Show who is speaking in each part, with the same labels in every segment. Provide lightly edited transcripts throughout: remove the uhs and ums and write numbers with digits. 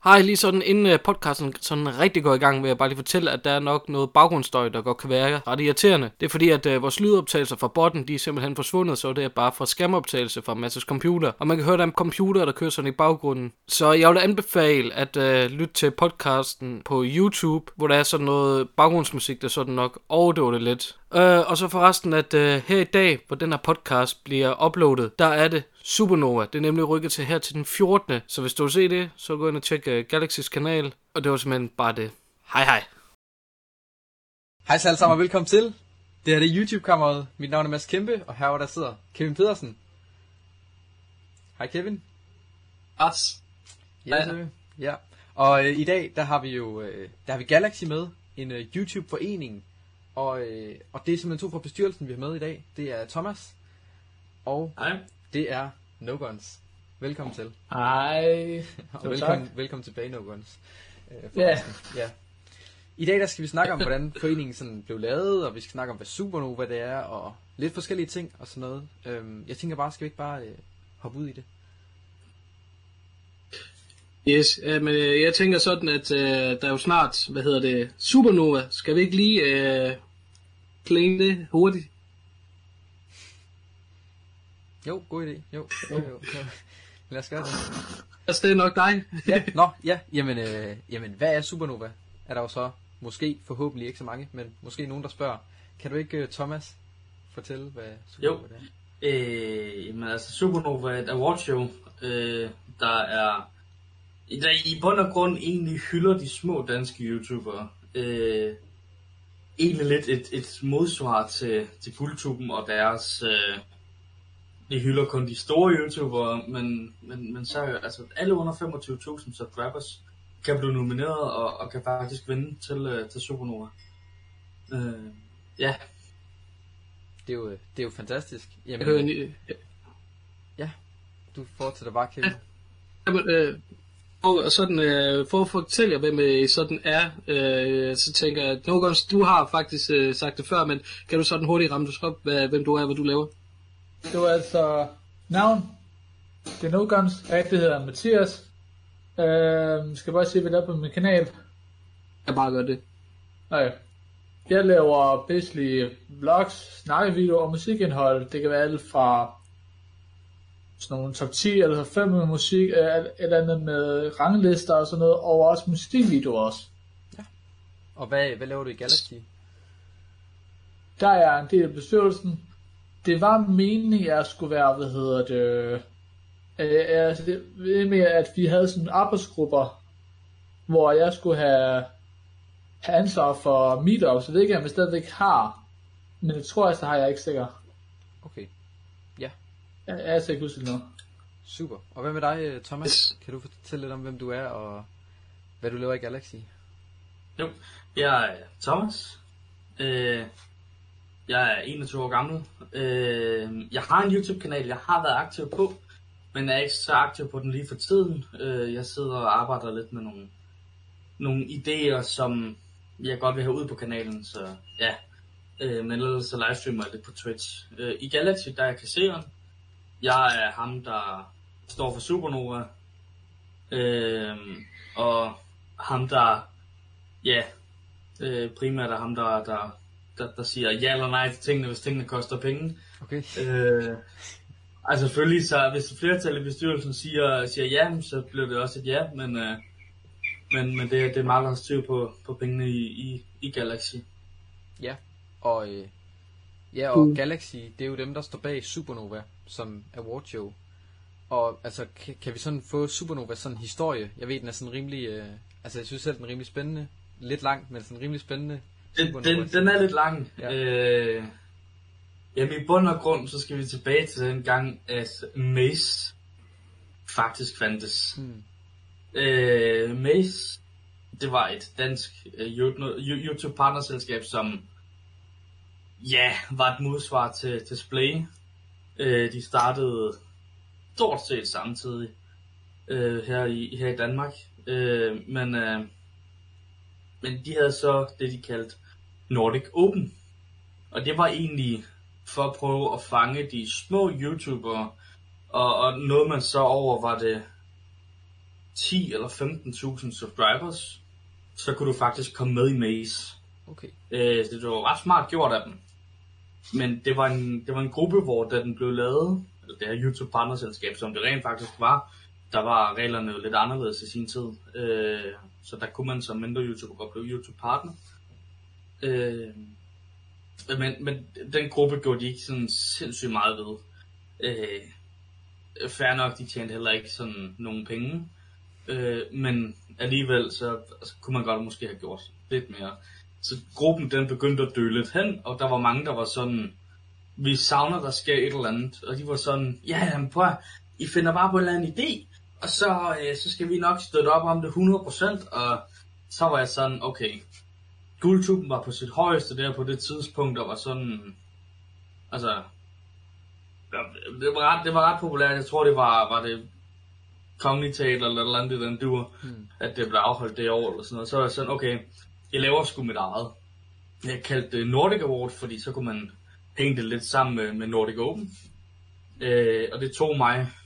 Speaker 1: Hej, lige sådan inden podcasten sådan rigtig går i gang, vil jeg bare lige fortælle, at der er nok noget baggrundsstøj, der godt kan være ret irriterende. Det er fordi, at vores lydoptagelser fra botten, de er simpelthen forsvundet, så det er bare fra skærmoptagelse fra Mads' computer. Og man kan høre, der er en computer, der kører sådan i baggrunden. Så jeg vil anbefale at lytte til podcasten på YouTube, hvor der er sådan noget baggrundsmusik, der sådan nok overdøver det lidt. Og så forresten, at her i dag, hvor den her podcast bliver uploadet, der er det Supernova. Det er nemlig rykket til her til den 14. Så hvis du vil se det, så gå ind og tjek Galaxys kanal. Og det var simpelthen bare det. Hej hej.
Speaker 2: Hej så alle sammen og velkommen til. Det her er YouTube-kammeret. Mit navn er Mads Kæmpe, og herovre der sidder Kevin Pedersen. Hej Kevin.
Speaker 3: Os.
Speaker 2: Ja. Og i dag, der har vi Galaxy med, en YouTube-forening. Og det er simpelthen to fra bestyrelsen, vi har med i dag. Det er Thomas, og
Speaker 3: Hej.
Speaker 2: det er No Guns. Velkommen til.
Speaker 3: Hej.
Speaker 2: Og velkommen tilbage, No Guns.
Speaker 3: Ja.
Speaker 2: I dag der skal vi snakke om, hvordan foreningen sådan blev lavet, og vi skal snakke om, hvad Supernova det er, og lidt forskellige ting og sådan noget. Jeg tænker bare, skal vi ikke bare hoppe ud i det?
Speaker 3: Yes, men jeg tænker sådan, at der er jo snart, Supernova. Skal vi ikke lige claim det hurtigt?
Speaker 2: Jo, god idé. Jo. Lad os gøre det.
Speaker 3: Altså, det er nok dig.
Speaker 2: Ja. Jamen, hvad er Supernova? Er der jo så måske, forhåbentlig ikke så mange, men måske nogen, der spørger. Kan du ikke, Thomas, fortælle, hvad Supernova er?
Speaker 4: Jamen altså, Supernova er et awardshow, der i bund og grund egentlig hylder de små danske YouTubere. Egentlig lidt et modsvar til Guldtuben og deres... de hylder kun de store YouTubere, men så altså alle under 25.000 subscribers kan blive nomineret og kan faktisk vinde til Supernova. Ja.
Speaker 2: Det er jo fantastisk. Jamen, ja, du fortsætter bare, Kevin.
Speaker 3: Og sådan, for at fortælle jer, hvem sådan er, så tænker jeg, at nogle gange, du har faktisk sagt det før, men kan du sådan hurtigt ramme op, hvem du er, hvad du laver?
Speaker 5: Det var altså navn. Det er No Guns. Rigtig hedder Mathias. Skal bare sige, hvad der er på min kanal.
Speaker 3: Jeg bare gør det.
Speaker 5: Okay. Jeg laver basically vlogs, snakkevideoer og musikindhold. Det kan være alt fra sådan nogle top 10 eller top 5 med musik, eller andet med ranglister og sådan noget, og også musikvideoer også.
Speaker 2: Ja. Og hvad laver du i Galaxy?
Speaker 5: Der er en del af bestyrelsen. Det var meningen, at jeg skulle være, med at vi havde sådan arbejdsgrupper, hvor jeg skulle have ansvar for meetups. Jeg ved ikke, om jeg stadigvæk har, men det tror jeg, så har jeg ikke sikker.
Speaker 2: Okay, ja.
Speaker 5: Jeg er altså ikke huske noget.
Speaker 2: Super. Og hvad med dig, Thomas? Kan du fortælle lidt om, hvem du er, og hvad du laver i Galaxy?
Speaker 4: Jo, jeg er Thomas. Jeg er 21 år gammel. Jeg har en YouTube-kanal, jeg har været aktiv på, men er ikke så aktiv på den lige for tiden. Jeg sidder og arbejder lidt med nogle idéer, som jeg godt vil have ud på kanalen, så ja. Men ellers så livestreamer jeg lidt på Twitch. I Galaxy, der er jeg kasseren. Jeg er ham, der står for Supernova. Og ham, der, ja, primært er ham, der siger ja eller nej til tingene, hvis tingene koster penge.
Speaker 2: Okay.
Speaker 4: Altså selvfølgelig, så hvis flertallet i bestyrelsen siger ja, så bliver det også et ja, men det er meget, der har styr på pengene i Galaxy.
Speaker 2: Ja, og Galaxy, det er jo dem, der står bag Supernova som awardshow. Og altså, kan vi sådan få Supernova sådan en historie? Jeg ved, den er sådan rimelig, jeg synes selv, den er rimelig spændende. Lidt lang, men sådan rimelig spændende.
Speaker 4: Den er lidt lang.
Speaker 2: Ja.
Speaker 4: Jamen i bund og grund, så skal vi tilbage til den gang, at Maze faktisk fandtes. Maze, det var et dansk YouTube-partnerselskab, som var et modsvar til Splay. De startede stort set samtidig her i Danmark. Men de havde så det, de kaldte Nordic Open. Og det var egentlig for at prøve at fange de små YouTubere. Og noget man så over var det 10 eller 15.000 subscribers, så kunne du faktisk komme med i Maze.
Speaker 2: Okay.
Speaker 4: Det var ret smart gjort af dem. Men det var en gruppe, hvor da den blev lavet, det her YouTube partnerselskab, som det rent faktisk var, der var reglerne jo lidt anderledes i sin tid. Så der kunne man som mindre YouTuber godt blive YouTube partner. Men den gruppe gjorde de ikke sådan sindssygt meget ved. Fair nok, de tjente heller ikke sådan nogen penge. Men alligevel så kunne man godt måske have gjort lidt mere. Så gruppen den begyndte at dø lidt hen, og der var mange, der var sådan, vi savner, der sker et eller andet. Og de var sådan, ja, prøv at, I finder bare på en eller anden idé, og så skal vi nok støtte op om det 100%. Og så var jeg sådan, okay, Guldtuben var på sit højeste der på det tidspunkt, og var sådan, altså, det var ret populært. Jeg tror, det var det Comedy Teater eller et eller andet, den dur, at det blev afholdt det år eller sådan noget. Så var jeg sådan, okay, jeg laver sgu mit eget. Jeg kaldte det Nordic Award, fordi så kunne man hænge det lidt sammen med Nordic Open. Og det tog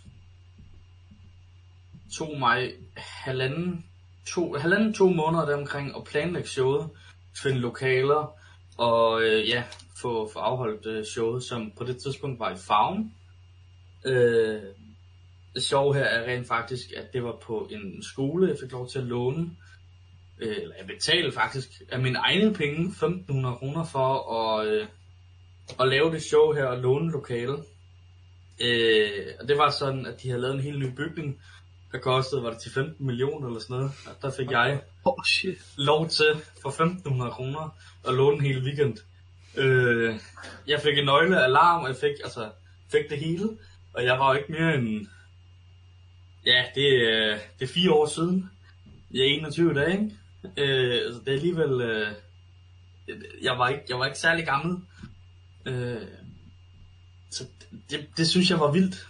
Speaker 4: mig halvanden to måneder deromkring at planlægge showet, finde lokaler og få afholdt showet, som på det tidspunkt var i Farven. Det sjove her er rent faktisk, at det var på en skole, jeg fik lov til at låne. Eller jeg betalte faktisk af mine egne penge 1.500 kroner for at lave det show her og låne lokale. Og det var sådan, at de havde lavet en helt ny bygning, der kostede, var det til 15 millioner eller sådan noget. Og der fik jeg lov til for 1.500 kroner at låne en hel weekend. Jeg fik en nøglealarm, og jeg fik det hele. Og jeg var jo ikke mere end, det er 4 år siden. Jeg er 21 dage, ikke? Altså det er alligevel, jeg var ikke særlig gammel. Så det synes jeg var vildt.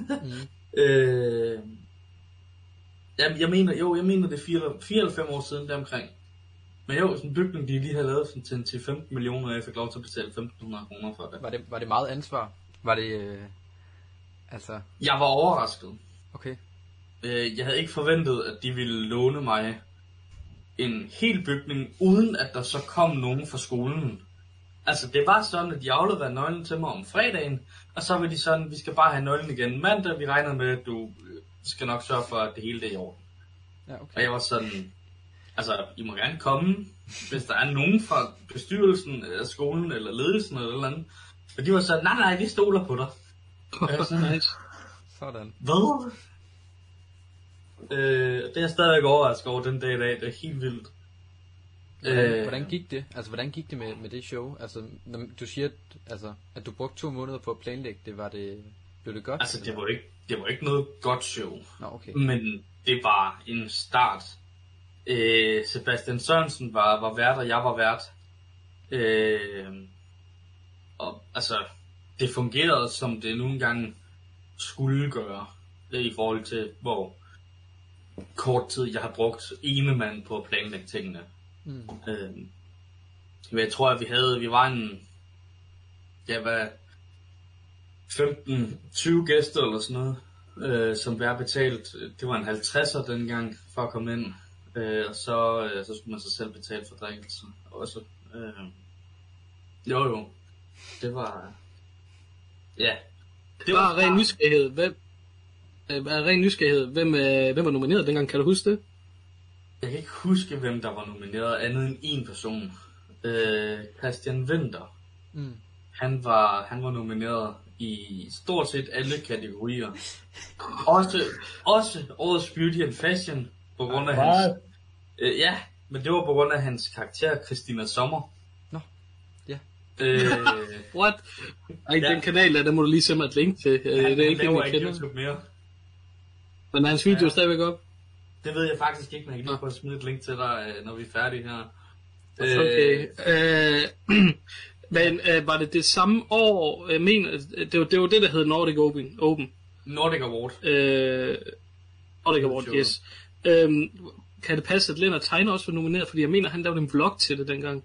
Speaker 4: Jeg mener det er 4 eller 5 år siden deromkring. Men jo, sådan en bygning, de lige havde lavet sådan til 15 millioner, og jeg fik lov til at betale 1.500 kroner for det.
Speaker 2: Var det meget ansvar? Var det,
Speaker 4: Jeg var overrasket.
Speaker 2: Okay.
Speaker 4: Jeg havde ikke forventet, at de ville låne mig en hel bygning, uden at der så kom nogen fra skolen. Altså, det var sådan, at de afleverede nøglen til mig om fredagen, og så var de sådan, vi skal bare have nøglen igen mandag, vi regner med, at du skal nok sørge for, at det hele er i orden.
Speaker 2: Ja, okay.
Speaker 4: Og jeg var sådan, altså, I må gerne komme, hvis der er nogen fra bestyrelsen af skolen, eller ledelsen, eller noget andet. Og de var sådan, nej, vi stoler på dig.
Speaker 3: Nice.
Speaker 2: Sådan.
Speaker 4: Hvad? Det er jeg stadigvæk overrasket over den dag i dag. Det er helt vildt.
Speaker 2: Hvordan gik det? Altså, hvordan gik det med det show? Altså, når du siger, at du brugte 2 måneder på at planlægge det, blev det godt?
Speaker 4: Altså, det var ikke noget godt show.
Speaker 2: Nå, okay.
Speaker 4: Men det var en start. Sebastian Sørensen var vært, og jeg var vært. Og altså, det fungerede, som det nogle gange skulle gøre. I forhold til, hvor kort tid jeg har brugt ene mand på at planlægge tingene. Jeg tror, at vi var en 15-20 gæster eller sådan noget, som var betalt. Det var en 50'er dengang for at komme ind. Og så skulle man så selv betale for drikkelse også. Jo. Det var... Ja.
Speaker 3: Det var ren nysgerrighed. Hvem var nomineret dengang? Kan du huske det?
Speaker 4: Jeg kan ikke huske, hvem der var nomineret andet end en person. Christian Winther. Han var nomineret i stort set alle kategorier. Også årets Beauty and Fashion på grund af hans... men det var på grund af hans karakter, Christina Sommer.
Speaker 2: Nå, ja.
Speaker 3: What? Ej, den kanal der må du lige sende mig et link til. Det er ikke
Speaker 4: laver ikke YouTube mere.
Speaker 3: Men er hans video stadigvæk op?
Speaker 4: Det ved jeg faktisk ikke, men jeg kan lige prøve at smide et link til dig, når vi er færdige her.
Speaker 3: Okay. Men var det samme år, jeg mener, det var det, der hed Nordic Open.
Speaker 4: Nordic Award.
Speaker 3: Nordic Award, yes. Kan det passe, at Lennart Tegner også var nomineret, fordi jeg mener, han lavede en vlog til det dengang.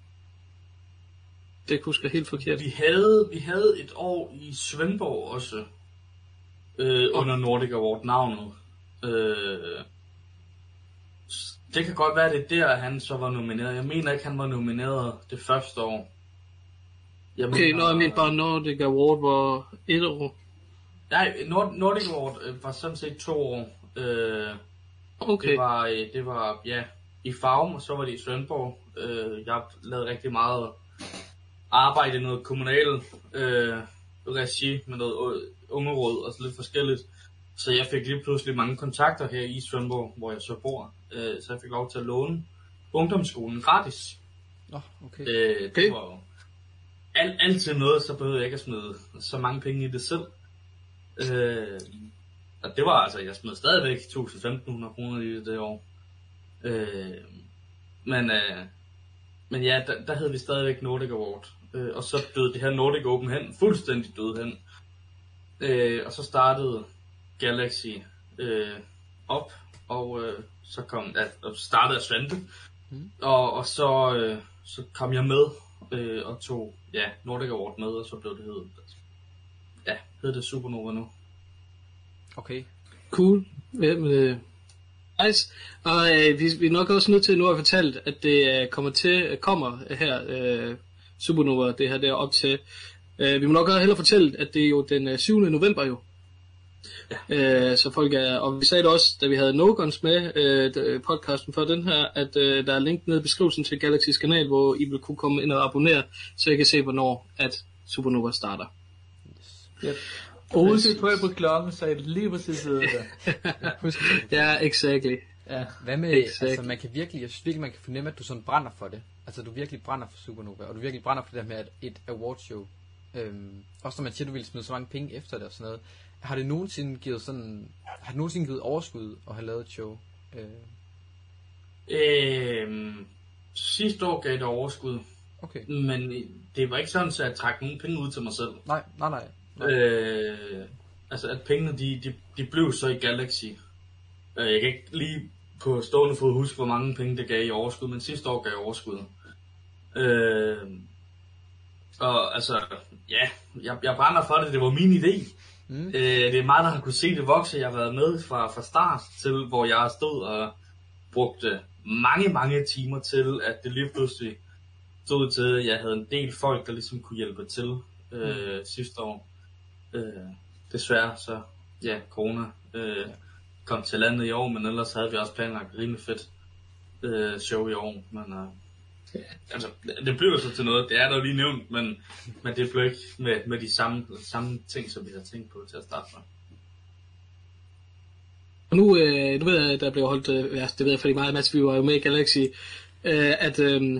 Speaker 3: Det husker jeg helt forkert.
Speaker 4: Vi havde et år i Svendborg også, under Nordic Award navnet. Det kan godt være, det er der, han så var nomineret. Jeg mener ikke, han var nomineret det første år.
Speaker 3: Jeg mener bare Nordic Award var 1 år.
Speaker 4: Nej, Nordic Award var sådan set 2 år.
Speaker 3: Okay.
Speaker 4: Det var ja, i Farum, og så var det i Svendborg. Jeg lavede rigtig meget arbejde i noget kommunalt regi med noget ungeråd og så lidt forskelligt. Så jeg fik lige pludselig mange kontakter her i Svendborg, hvor jeg så bor. Så jeg fik lov til at låne ungdomsskolen gratis.
Speaker 2: Okay.
Speaker 4: Det var jo altid noget, så behøvede jeg ikke at smide så mange penge i det selv. Og det var altså, jeg smed stadigvæk 1.500 kroner i det år. Men ja, der havde vi stadigvæk Nordic Award. Og så døde det her Nordic Open hen, fuldstændig døde hen. Og så startede Galaxy op, og så startede jeg Svante. Og så kom jeg med og tog Nordic Award med, og så blev det hed det Supernova nu.
Speaker 2: Okay.
Speaker 3: Cool. Jamen, nice. Og vi er nok også nødt til nu at fortælle, at det kommer her Supernova, det her der op til. Vi må nok også hellere fortælle, at det er jo den 7. november jo. Ja. Så folk er, og vi sagde det også, da vi havde No Guns med podcasten for den her, at der er link nede i beskrivelsen til Galaxys kanal, hvor I vil kunne komme ind og abonnere, så I kan se, hvornår at Supernova starter.
Speaker 5: Yep. Husk på klokken, så er det lige præcis det der.
Speaker 3: Ja, exactly.
Speaker 2: Ja. Hvad med, altså man kan virkelig, jeg synes virkelig, man kan fornemme, at du sådan brænder for det. Altså du virkelig brænder for Supernova, og du virkelig brænder for det der med et awardshow. Også når man siger, at du vil smide så mange penge efter det og sådan noget. Har det nogensinde givet overskud at have lavet et show?
Speaker 4: Sidste år gav det overskud. Okay. Men det var ikke sådan, at jeg trak nogen penge ud til mig selv.
Speaker 2: Nej.
Speaker 4: Altså at pengene, de blev så i Galaxy. Jeg kan ikke lige på stående fod huske, hvor mange penge det gav i overskud, men sidste år gav jeg overskud. Og altså, ja, jeg brænder for det, det var min idé. Det er mig, der har kunne se det vokse. Jeg har været med fra start til, hvor jeg stod og brugte mange timer til, at det lige pludselig stod til, at jeg havde en del folk, der ligesom kunne hjælpe til sidste år. Desværre så, ja, corona kom til landet i år, men ellers havde vi også planlagt rimelig fedt show i år. Men altså, det blev så til noget, det er der lige nævnt, men det blev ikke med de samme ting, som vi havde tænkt på til at starte med.
Speaker 3: Og nu ved jeg, at der blev holdt, det ved jeg fordi meget, Mads, vi var jo med i Galaxy, at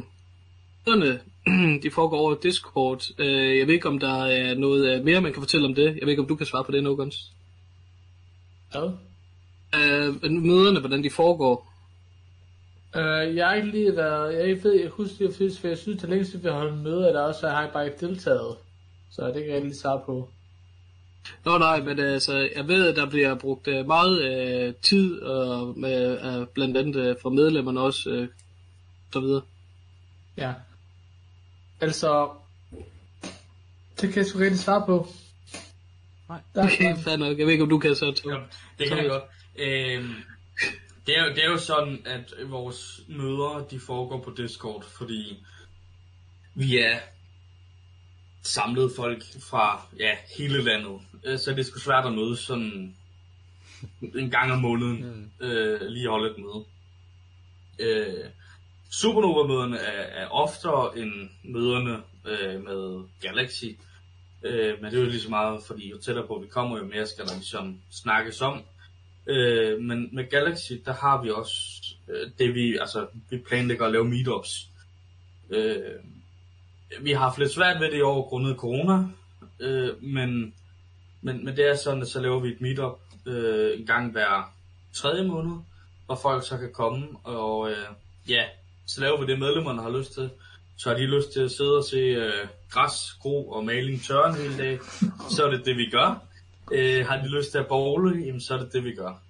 Speaker 3: de foregår over Discord. Jeg ved ikke, om der er noget mere, man kan fortælle om det. Jeg ved ikke, om du kan svare på det, No Guns.
Speaker 5: Ja.
Speaker 3: Møderne, hvordan de foregår.
Speaker 5: Jeg har ikke lige været, jeg husker det faktisk, for jeg synes, at længe siden vi har holdt møder, der også har jeg bare ikke deltaget. Så det kan jeg lige svare på.
Speaker 3: Nå nej, men altså, jeg ved, at der bliver brugt meget tid, og blandt andet fra medlemmerne også, så videre.
Speaker 5: Ja. Altså, det kan jeg sgu rigtig svare på.
Speaker 2: Nej.
Speaker 3: Okay, fair nok. Jeg ved ikke, om du kan så.
Speaker 4: Ja, det kan jeg godt. Det er jo sådan, at vores møder, de foregår på Discord, fordi vi er samlet folk fra hele landet. Så det er sgu svært at mødes sådan en gang om måneden, lige holde et møde. Supernova-møderne er oftere end møderne med Galaxy. Men det er jo lige så meget, fordi jo tættere på vi kommer, jo mere skal der ligesom snakkes om. Men med Galaxy, der har vi også det vi planlægger at lave meetups. Vi har haft lidt svært ved det i år grundet corona, men det er sådan, at så laver vi et meetup en gang hver 3. måned, hvor folk så kan komme, og så laver vi det medlemmerne har lyst til. Så har de lyst til at sidde og se græs, gro og maling tørre hele dag, så er det vi gør. Har de lyst til at bowle, jamen så er det vi gør.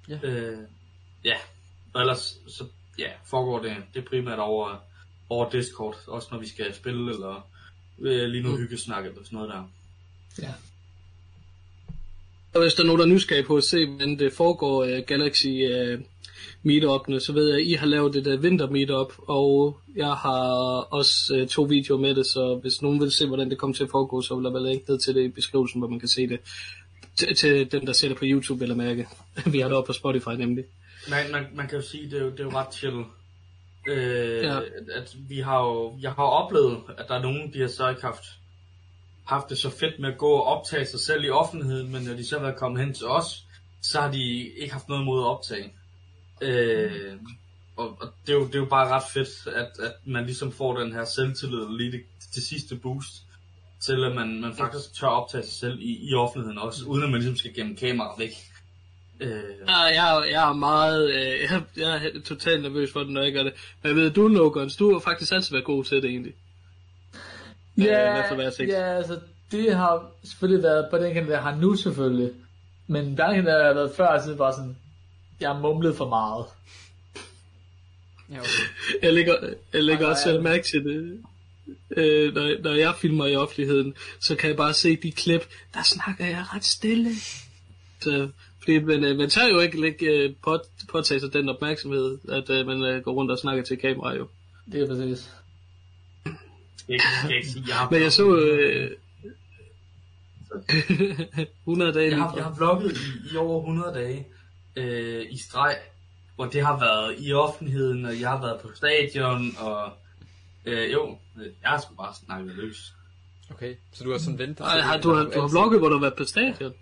Speaker 4: Og ellers så foregår det primært over Discord, også når vi skal spille eller lige noget hyggesnak eller sådan noget der.
Speaker 5: Ja.
Speaker 3: Og hvis der er nogen, der er nysgerrige på at se, hvordan det foregår Galaxy, meetup'ene, så ved jeg, at I har lavet det der vinter meetup, og jeg har også 2 videoer med det, så hvis nogen vil se, hvordan det kommer til at foregå, så vil jeg vel lægge ned til det i beskrivelsen, hvor man kan se det til dem, der ser det på YouTube eller mærke. Vi har det oppe på Spotify nemlig.
Speaker 4: Man kan jo sige, det er jo ret chill. At jeg har oplevet, at der er nogen, de har så ikke haft det så fedt med at gå og optage sig selv i offentligheden, men når de så har kommet hen til os, så har de ikke haft noget imod at optage. Og det er jo bare ret fedt, at man ligesom får den her selvtillid lige det sidste boost, til at man faktisk tør optage sig selv i offentligheden også, uden at man ligesom skal gemme kameraet væk.
Speaker 3: Jeg er meget, jeg er totalt nervøs for det, når jeg gør det. Men jeg ved, du, Nogons, du har faktisk altid været god til det egentlig.
Speaker 5: Altså det har selvfølgelig været på den kanal, jeg har nu selvfølgelig. Men der kan der have været før, så bare sådan, jeg har mumlet for meget.
Speaker 2: Ja, okay.
Speaker 3: Jeg lægger også selv mærke til det. Når jeg filmer i offentligheden, så kan jeg bare se de klip, der snakker jeg ret stille. Så, fordi man tager jo ikke påtage sig den opmærksomhed, at man går rundt og snakker til kamera jo.
Speaker 5: Det er præcis.
Speaker 3: Men jeg så 100 dage.
Speaker 4: Jeg har vlogget i over 100 dage i streg, hvor det har været i offentligheden, og jeg har været på stadion, og jeg har sgu bare snakket løs.
Speaker 2: Okay, så du har sådan ventet?
Speaker 3: Du har vlogget, hvor du har været på stadion?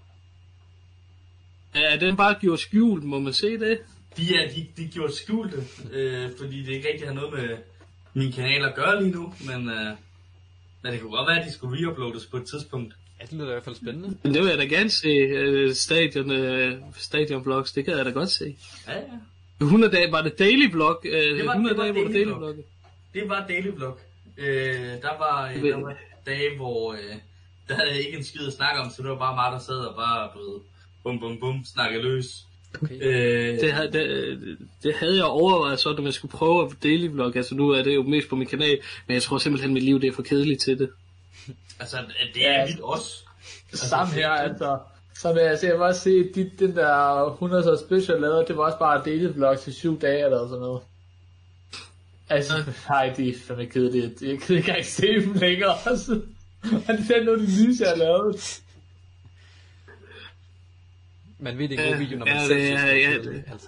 Speaker 3: Er den bare gjort skjult, må man se det?
Speaker 4: De gjort skjulte, fordi det ikke rigtig har noget med min kanal at gøre lige nu, men det kunne godt være, at de skulle reuploades på et tidspunkt.
Speaker 2: Ja, det lyder i hvert fald spændende.
Speaker 3: Men det vil jeg da gerne se, stadion vlogs, det kan jeg da godt se.
Speaker 4: Ja.
Speaker 3: 100 dage, var det daily vlog?
Speaker 4: Det var
Speaker 3: 100 dage,
Speaker 4: daily
Speaker 3: var det daily
Speaker 4: vlog.
Speaker 3: vlog?
Speaker 4: Det var daily vlog. Der var dage, hvor der havde ikke en skid at snakke om, så det var bare mig, der sad og bare bum, snakke løs.
Speaker 2: Okay.
Speaker 3: Det havde jeg overvejet sådan, at man skulle prøve at daily vlog. Altså nu er det jo mest på min kanal, men jeg tror simpelthen, at mit liv det er for kedeligt til det.
Speaker 4: Altså, det er mit også.
Speaker 5: Samme her, altså. Så jeg vil også se, at den der 100 så special lavede, det var også bare daily vlog til 7 dage eller sådan noget. Altså, nej, de er fandme kedeligt. Jeg kan ikke engang se dem længere også. Og det er noget af det nye, jeg har lavet.
Speaker 2: Man ved, det er en god video, når man selv synes, det er kedelig, altså.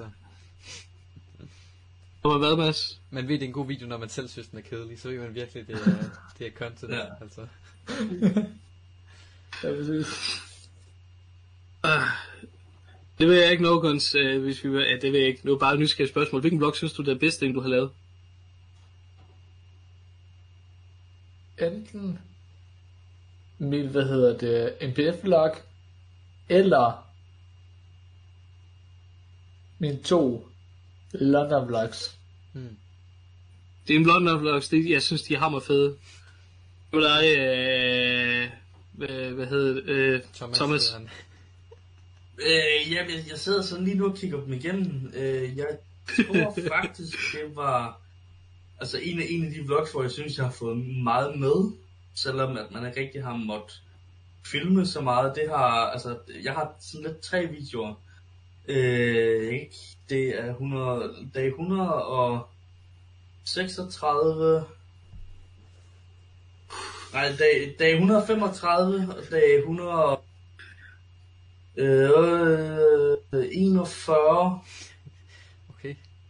Speaker 3: Når man hvad, Mads?
Speaker 2: Man ved, det er en god video, når man selv synes, den er kedelig. Så ved man virkelig, det er content,
Speaker 4: ja.
Speaker 2: Altså.
Speaker 5: Ja, præcis.
Speaker 3: Det ved jeg ikke, Nogons, hvis vi det ved jeg ikke. Det var bare et nysgerrigt spørgsmål. Hvilken vlog synes du, det er bedste, du har lavet?
Speaker 5: Enten min, MPF-vlog, eller mine 2 London vlogs.
Speaker 3: Det er en London vlogs, jeg synes, de er hammerfede. Nu er der hvad hedder Thomas.
Speaker 4: Jeg sidder sådan lige nu og kigger dem igennem. Jeg tror faktisk, det var altså en af de vlogs, hvor jeg synes, jeg har fået meget med, selvom at man ikke rigtig har måttet filme så meget. Det har, altså, jeg har sådan lidt 3 videoer. Det er 100, dag 136, nej, dag 135, og dag 141,
Speaker 2: Okay.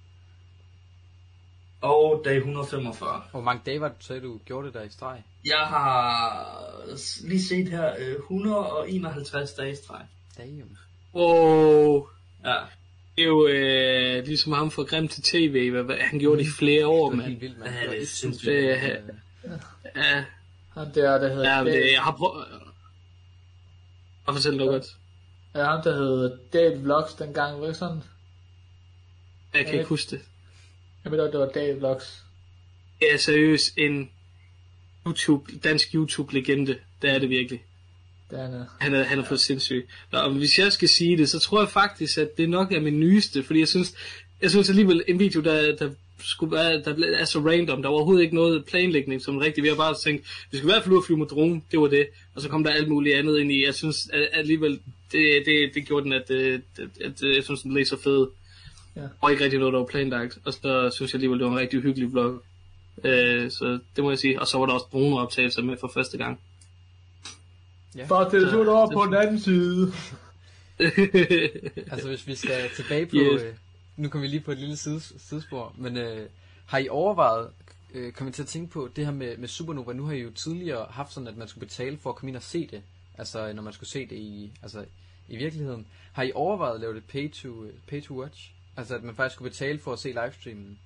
Speaker 4: og dag 145.
Speaker 2: Hvor mange dage var det, så du gjorde det der i streg?
Speaker 4: Jeg har lige set her 151 dage i streg.
Speaker 2: Damn.
Speaker 3: Wow.
Speaker 4: Ja.
Speaker 3: Det er jo ligesom ham fra Grim til TV, han gjorde det i flere år,
Speaker 2: Det var
Speaker 3: mand.
Speaker 2: helt vildt, man.
Speaker 4: Ja, det er sindssygt.
Speaker 3: Ja,
Speaker 5: Han der hedder...
Speaker 3: ja, men jeg har prøvet... Og fortæl noget godt.
Speaker 5: Ja, ham der hed Dale Vlogs dengang, var det ikke sådan?
Speaker 3: Jeg kan ikke huske det.
Speaker 5: Jeg ved godt, det var Dale Vlogs.
Speaker 3: Det er seriøst en dansk YouTube-legende. Det er det virkelig.
Speaker 5: Det er
Speaker 3: Han er for sindssyg. Og hvis jeg skal sige det, så tror jeg faktisk, at det nok er min nyeste, fordi jeg synes alligevel en video, der skulle være, der er så random, der var overhovedet ikke noget planlægning som rigtigt. Vi har bare tænkt, vi skal i hvert fald ud og flyve med drone, det var det. Og så kom der alt muligt andet ind i. Jeg synes alligevel, det gjorde den, at jeg synes, den blev så fed. Og ikke rigtig noget, der var planlagt. Og så synes jeg alligevel, det var en rigtig hyggelig vlog. Så det må jeg sige. Og så var der også droneoptagelser med for første gang.
Speaker 5: Ja. Bare telefonen over på den anden side.
Speaker 2: Altså hvis vi skal tilbage på, nu kommer vi lige på et lille sidespor, men har I overvejet, kommer til at tænke på det her med Supernova? Nu har I jo tidligere haft sådan, at man skulle betale for at komme ind og se det, altså når man skulle se det i virkeligheden. Har I overvejet at lave det pay to watch? Altså at man faktisk skulle betale for at se livestreamen?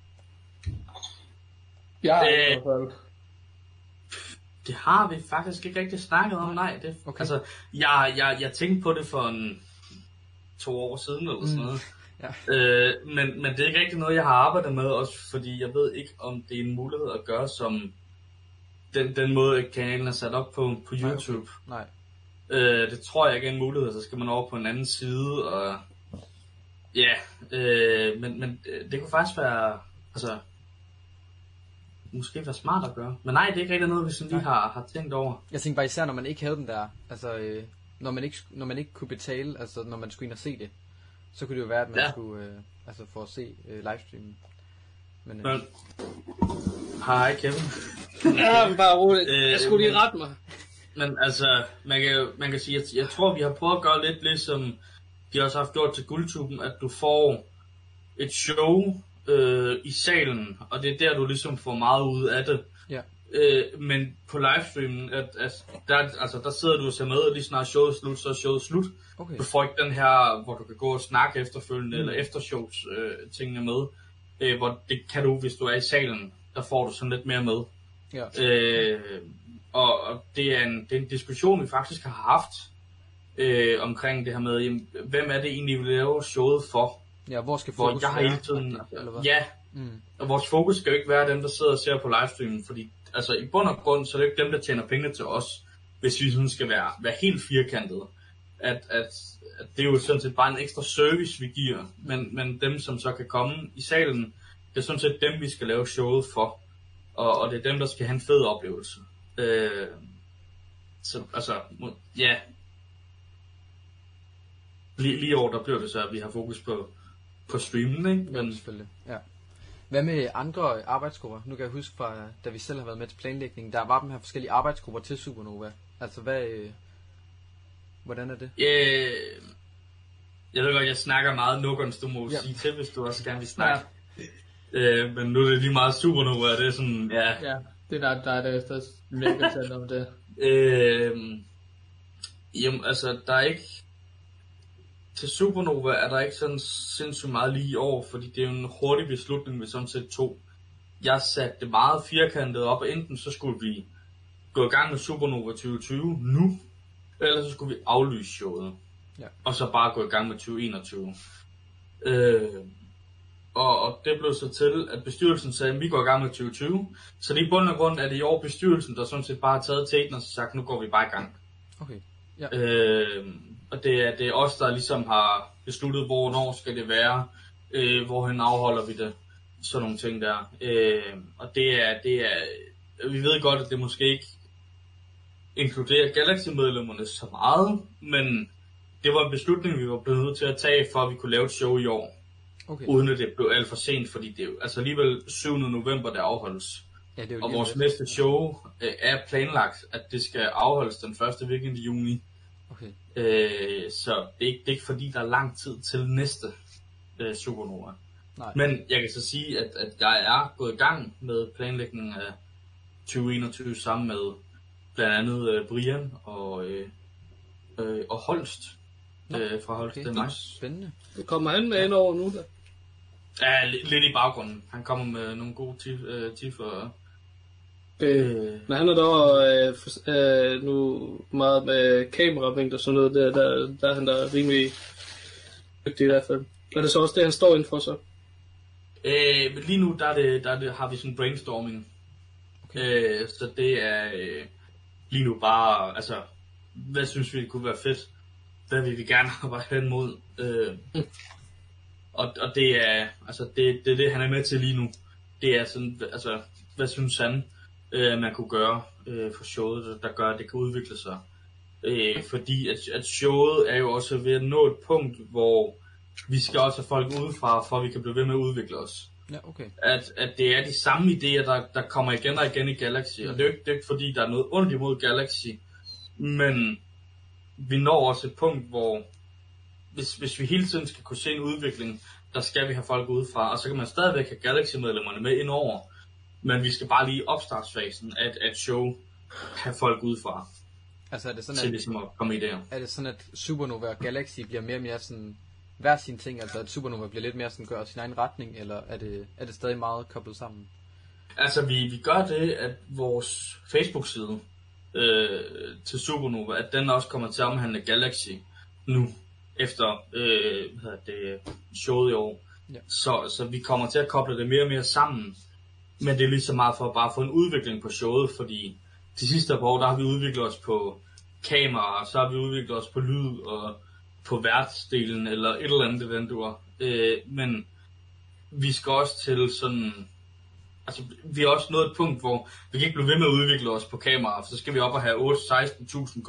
Speaker 5: Ja, i hvert fald.
Speaker 4: Det har vi faktisk ikke rigtig snakket om, nej. Det, okay. Altså, jeg tænkte på det for 2 år siden eller sådan noget. Ja. Men det er ikke rigtig noget, jeg har arbejdet med, også fordi jeg ved ikke, om det er en mulighed at gøre som den måde, kanalen er sat op på YouTube.
Speaker 2: Nej.
Speaker 4: Det tror jeg ikke er en mulighed, så skal man over på en anden side, og ja, men det kunne faktisk være, altså, måske være smart at gøre. Men nej, det er ikke rigtig noget, vi sådan lige har tænkt over.
Speaker 2: Jeg tænker bare især, når man ikke havde den der, altså, når man ikke kunne betale, altså når man skulle ind og se det, så kunne det jo være, at man skulle, altså for at se livestreamen. Men
Speaker 4: hej Kevin.
Speaker 3: Ja, bare roligt. Jeg skulle lige rette mig.
Speaker 4: Men altså, man kan sige, at jeg tror, vi har prøvet at gøre lidt ligesom de også har haft gjort til Guldtuben, at du får et show i salen, og det er der, du ligesom får meget ud af det.
Speaker 2: Ja.
Speaker 4: Men på livestreamen, der sidder du og ser med, og lige snart showet slut, så er showet slut.
Speaker 2: Okay.
Speaker 4: Du får ikke den her, hvor du kan gå og snakke efterfølgende, eller eftershows tingene med. Hvor det kan du, hvis du er i salen, der får du sådan lidt mere med.
Speaker 2: Ja.
Speaker 4: Og det er en diskussion, vi faktisk har haft omkring det her med, jamen, hvem er det egentlig, vi laver showet for?
Speaker 2: Ja, hvor skal fokus
Speaker 4: være? Hele tiden, ja, og vores fokus skal jo ikke være dem, der sidder og ser på livestreamen, fordi altså, i bund og grund, så er det ikke dem, der tjener penge til os, hvis vi sådan skal være helt firkantet. At det er jo sådan set bare en ekstra service, vi giver, men dem, som så kan komme i salen, det er sådan set dem, vi skal lave showet for, og det er dem, der skal have en fed oplevelse. Så altså, ja, lige over der bliver det så, at vi har fokus på streamen, ikke?
Speaker 2: Men selvfølgelig, ja. Hvad med andre arbejdsgrupper? Nu kan jeg huske fra, da vi selv har været med til planlægningen, der var dem her forskellige arbejdsgrupper til Supernova. Altså hvordan er det?
Speaker 4: Jeg ved godt, jeg snakker meget Nukons, du må sige til, hvis du også gerne vil snakke. Ja. Men nu er det lige meget Supernova, det er sådan, ja.
Speaker 5: Ja, det er der er mega talt om det.
Speaker 4: Jamen, altså, der er ikke... Til Supernova er der ikke sådan sindssygt meget lige i år, fordi det er jo en hurtig beslutning, vi sådan set tog. Jeg satte det meget firkantet op, og enten så skulle vi gå i gang med Supernova 2020 nu, eller så skulle vi aflyse showet.
Speaker 2: Ja.
Speaker 4: Og så bare gå i gang med 2021. Og det blev så til, at bestyrelsen sagde, at vi går i gang med 2020. Så det i bund og grund er det i år bestyrelsen, der sådan set bare har taget teten og sagt, nu går vi bare i gang.
Speaker 2: Okay. Ja.
Speaker 4: Og det er os, der ligesom har besluttet, hvornår skal det være, hvorhen afholder vi det, sådan nogle ting der. Og det er, vi ved godt, at det måske ikke inkluderer Galaxy-medlemmerne så meget, men det var en beslutning, vi var blevet nødt til at tage, for at vi kunne lave et show i år.
Speaker 2: Okay.
Speaker 4: Uden at det blev alt for sent, fordi det er jo altså alligevel 7. november, der afholdes.
Speaker 2: Ja, det er jo
Speaker 4: og vores næste show er planlagt, at det skal afholdes den første weekend i juni.
Speaker 2: Okay.
Speaker 4: Så det er ikke fordi, der er lang tid til næste Supernova.
Speaker 2: Nej.
Speaker 4: Men jeg kan så sige, at jeg er gået i gang med planlægningen af 2021 sammen med blandt andet Brian og Holst fra Holst.
Speaker 2: Okay.
Speaker 4: Det er nice.
Speaker 2: Spændende.
Speaker 3: Det kommer han med ind over nu da?
Speaker 4: Ja, lidt i baggrunden. Han kommer med nogle gode tips og...
Speaker 3: Men han er dog nu meget med kameravinkler og sådan noget, der er han der rimelig dygtig i hvert fald. Er det så også det, han står indenfor så?
Speaker 4: Men lige nu, har vi sådan en brainstorming. Okay. Så det er lige nu bare, altså, hvad synes vi kunne være fedt? Hvad vil vi gerne arbejde hen mod? Og det er, altså, det han er med til lige nu. Det er sådan, altså, hvad synes han, man kunne gøre for showet, der gør, at det kan udvikle sig. Fordi at showet er jo også ved at nå et punkt, hvor vi skal også have folk udefra, for at vi kan blive ved med at udvikle os.
Speaker 2: Ja, okay.
Speaker 4: At det er de samme idéer, der kommer igen og igen i Galaxy, og det er jo ikke fordi, der er noget ondt imod Galaxy, men vi når også et punkt, hvor hvis vi hele tiden skal kunne se en udvikling, der skal vi have folk udefra, og så kan man stadigvæk have Galaxy-medlemmerne med indover, men vi skal bare lige i opstartsfasen at show have folk udefra.
Speaker 2: Altså er det sådan,
Speaker 4: til ligesom at komme idéer.
Speaker 2: Er det sådan, at Supernova og Galaxy bliver mere og mere sådan hver sin ting, altså at Supernova bliver lidt mere sådan gør sin egen retning, eller er det stadig meget koblet sammen?
Speaker 4: Altså vi gør det, at vores Facebook-side til Supernova, at den også kommer til at omhandle Galaxy nu, efter showet i år.
Speaker 2: Ja.
Speaker 4: Så vi kommer til at koble det mere og mere sammen, men det er lige så meget for at bare få en udvikling på showet, fordi de sidste par år, der har vi udviklet os på kamera, og så har vi udviklet os på lyd og på værtsdelen eller et eller andet eventuer. Men vi skal også til sådan, altså vi er også nået et punkt, hvor vi kan ikke blive ved med at udvikle os på kamera, for så skal vi op og have 16.000 K,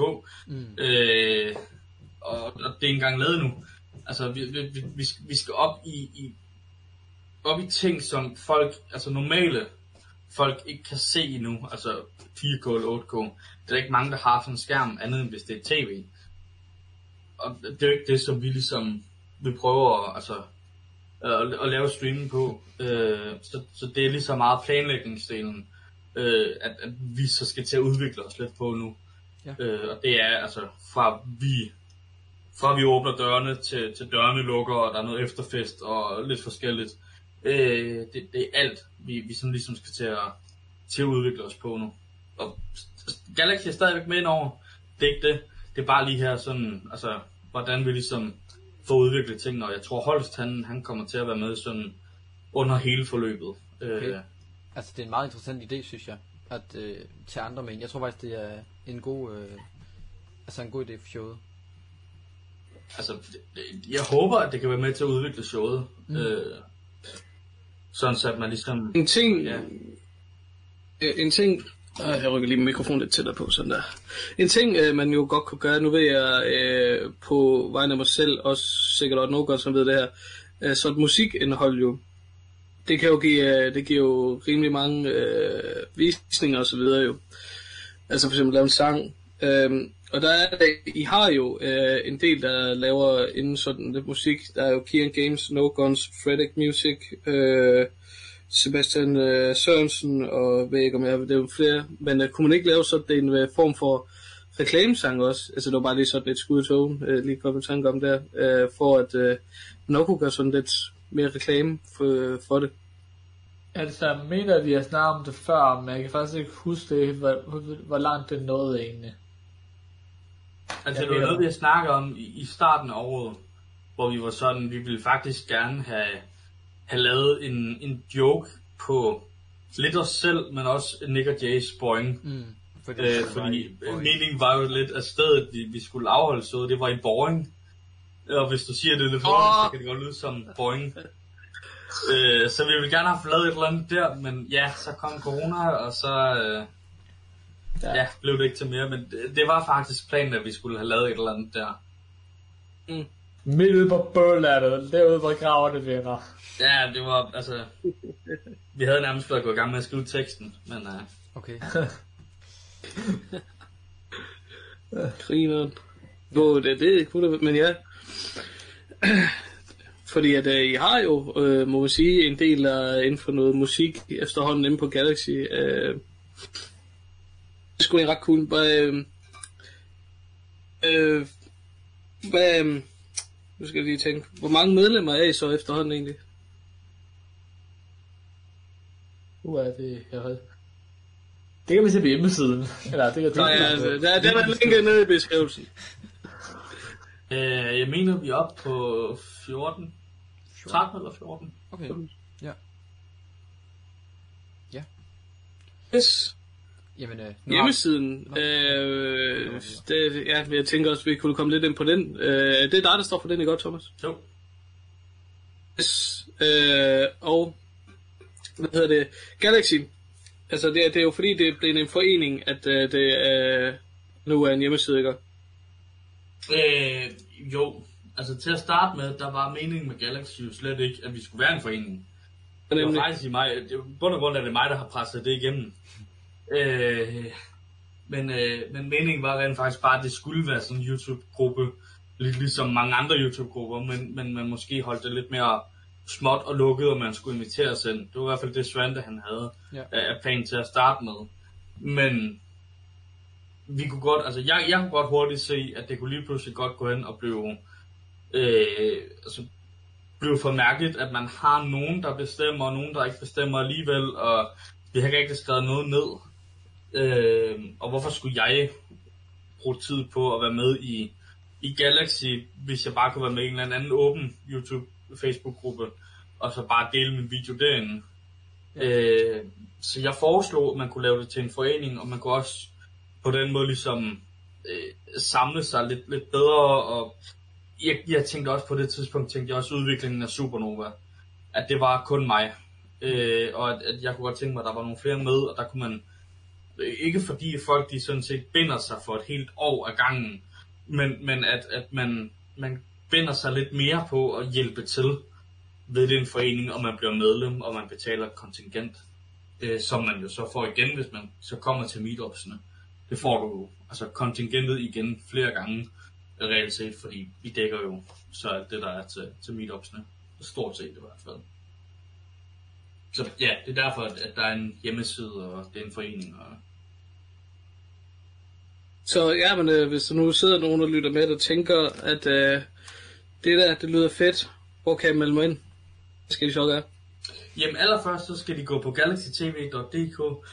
Speaker 4: og det er ikke engang lavet nu. Altså vi skal op i ting, som folk, altså normale folk ikke kan se endnu, altså 4K eller 8K. Det er ikke mange, der har sådan en skærm, andet end hvis det er tv. Og det er jo ikke det, som vi ligesom vil prøve at lave streaming på. Så det er lige så meget planlægningsdelen, at vi så skal til at udvikle os lidt på nu. Ja. Og det er altså fra vi åbner dørene til dørene lukker, og der er noget efterfest og lidt forskelligt. Det er alt, vi sådan ligesom skal til at udvikle os på nu. Og Galaxy er stadigvæk med indover. Det er ikke det. Det er bare lige her sådan, altså hvordan vi ligesom får udviklet tingene. Og jeg tror Holst, han kommer til at være med sådan under hele forløbet.
Speaker 2: Okay. Altså det er en meget interessant idé, synes jeg, at tage andre med. Jeg tror faktisk det er en god idé for showet.
Speaker 4: Altså jeg håber, at det kan være med til at udvikle showet. Sådan så at man ligesom...
Speaker 3: En ting... Jeg rykker lige mikrofonen lidt tættere på, sådan der. En ting, man jo godt kunne gøre, nu ved jeg på vegne af mig selv, også sikkert også nogen godt, som ved det her, så et musikindhold jo, det kan jo det giver jo rimelig mange visninger og så videre jo. Altså for eksempel lave en sang. Og der er I har jo en del, der laver inden sådan lidt musik. Der er jo Kian Games, No Guns, Fredrik Music, Sebastian Sørensen og ved ikke om det er jo flere. Men kunne man ikke lave sådan en form for reklamesang også? Altså det var bare lige sådan lidt skud i togen, lige kom en tanke om der, for at nok kunne gøre sådan lidt mere reklame for det.
Speaker 5: Altså jeg mener, at vi har snakket om det før, men jeg kan faktisk ikke huske det, hvor langt det nåede egentlig.
Speaker 4: Altså det var noget, vi har snakket om i starten af året, hvor vi var sådan, vi ville faktisk gerne have lavet en joke på lidt os selv, men også Nick og Jays Boing. Fordi meningen var jo lidt, at stedet vi skulle afholde så det var i Boing. Og hvis du siger det lidt hurtigt, så kan det godt lyde som Boing. Så vi ville gerne have lavet et eller andet der, men ja, så kom corona, og så blev det ikke til mere. Men det var faktisk planen, at vi skulle have lavet et eller andet der.
Speaker 5: Midt ude på bøgelandet, derude hvor graverne vinder.
Speaker 4: Ja, det var, altså... Vi havde nærmest været gået i gang med at skrive teksten, men...
Speaker 2: Okay.
Speaker 3: Grineren. Hvor det kunne det, men ja. Fordi at I har jo, må man sige, en del inden for noget musik efterhånden inde på Galaxy. Det er sgu ret cool. Nu skal jeg lige tænke. Hvor mange medlemmer er I så efterhånden egentlig?
Speaker 5: Det kan vi se på hjemmesiden. Eller det kan
Speaker 3: der er linket nede i beskrivelsen.
Speaker 4: Jeg mener vi er oppe på 14. 13 eller 14.
Speaker 2: Okay. Ja.
Speaker 3: Yes.
Speaker 2: Jamen,
Speaker 3: hjemmesiden. Jeg tænker også, vi kunne komme lidt ind på den. Det er dig, der står for den, ikke godt, Thomas?
Speaker 4: Jo.
Speaker 3: Yes. Og hvad hedder det? Galaxy. Altså det er jo fordi det er blevet en forening, at det nu er en hjemmeside, ikke?
Speaker 4: Jo. altså til at starte med, der var meningen med Galaxy jo slet ikke, at vi skulle være en forening. Det var faktisk i bund og grund er det mig, der har presset det igennem. Men meningen var rent faktisk bare, at det skulle være sådan en YouTube-gruppe, lidt ligesom mange andre YouTube-grupper, men man måske holdt det lidt mere småt og lukket, og man skulle invitere sig ind. Det var i hvert fald det Svante, han havde af plan til at starte med. Men vi kunne godt, altså jeg kunne godt hurtigt se, at det kunne lige pludselig godt gå hen og blive for mærkeligt, at man har nogen, der bestemmer, og nogen, der ikke bestemmer alligevel, og vi har ikke rigtig skrevet noget ned. Og hvorfor skulle jeg bruge tid på at være med i Galaxy, hvis jeg bare kunne være med i en eller anden åben YouTube-Facebook-gruppe, og så bare dele min video derinde. Så jeg foreslog, at man kunne lave det til en forening, og man kunne også på den måde ligesom samle sig lidt bedre, og jeg tænkte også på det tidspunkt, udviklingen af Supernova, at det var kun mig, og at jeg kunne godt tænke mig, at der var nogle flere med, og der kunne man, ikke fordi folk de sådan set binder sig for et helt år ad gangen, men at man binder sig lidt mere på at hjælpe til ved den forening, og man bliver medlem, og man betaler et kontingent, som man jo så får igen, hvis man så kommer til meetupsene. Det får du jo, altså kontingentet igen flere gange, reelt set, fordi vi dækker jo så alt det, der er til meetupsene. Stort set i hvert fald. Så ja, det er derfor, at der er en hjemmeside, og det er en forening. Og...
Speaker 3: Så ja, men hvis der nu sidder nogen, der lytter med, og tænker, at det lyder fedt, hvor kan jeg melde mig ind? Hvad skal de så gøre?
Speaker 4: Jamen allerførst, så skal de gå på galaxytv.dk,